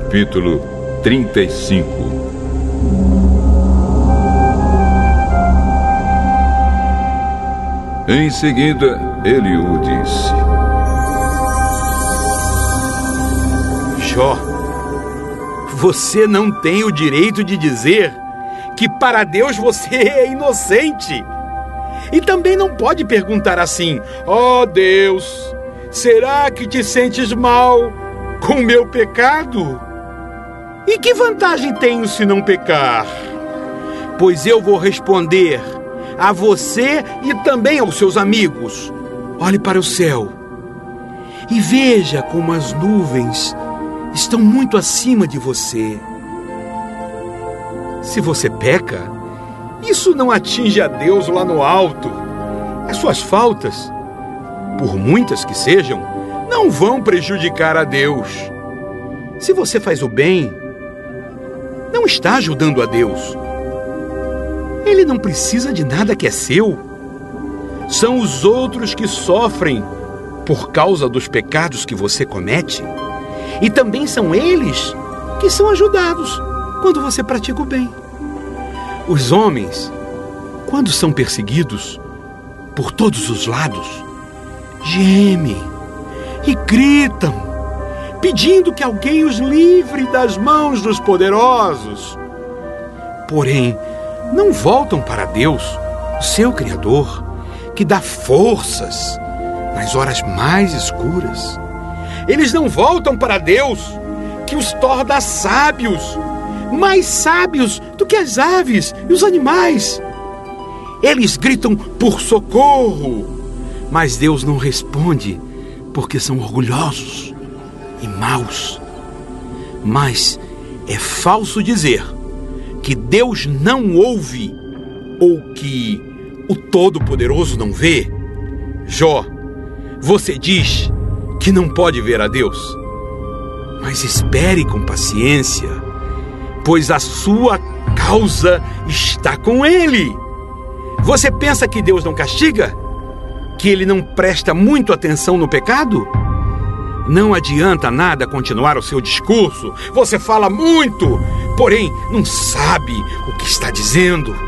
capítulo 35. Em seguida, Eliú disse: Jó, você não tem o direito de dizer que para Deus você é inocente. E também não pode perguntar assim: ó Deus, será que te sentes mal com o meu pecado? E que vantagem tenho se não pecar? Pois eu vou responder a você e também aos seus amigos. Olhe para o céu e veja como as nuvens estão muito acima de você. Se você peca, isso não atinge a Deus lá no alto. As suas faltas, por muitas que sejam, não vão prejudicar a Deus. Se você faz o bem, não está ajudando a Deus. Ele não precisa de nada que é seu. São os outros que sofrem por causa dos pecados que você comete. E também são eles que são ajudados quando você pratica o bem. Os homens, quando são perseguidos por todos os lados, gemem e gritam, pedindo que alguém os livre das mãos dos poderosos. Porém, não voltam para Deus, o seu Criador, que dá forças nas horas mais escuras. Eles não voltam para Deus, que os torna sábios, mais sábios do que as aves e os animais. Eles gritam por socorro, mas Deus não responde, porque são orgulhosos e maus. Mas é falso dizer que Deus não ouve ou que o Todo-Poderoso não vê. Jó, você diz que não pode ver a Deus, mas espere com paciência, pois a sua causa está com Ele. Você pensa que Deus não castiga? Que Ele não presta muito atenção no pecado? Não adianta nada continuar o seu discurso. Você fala muito, porém não sabe o que está dizendo.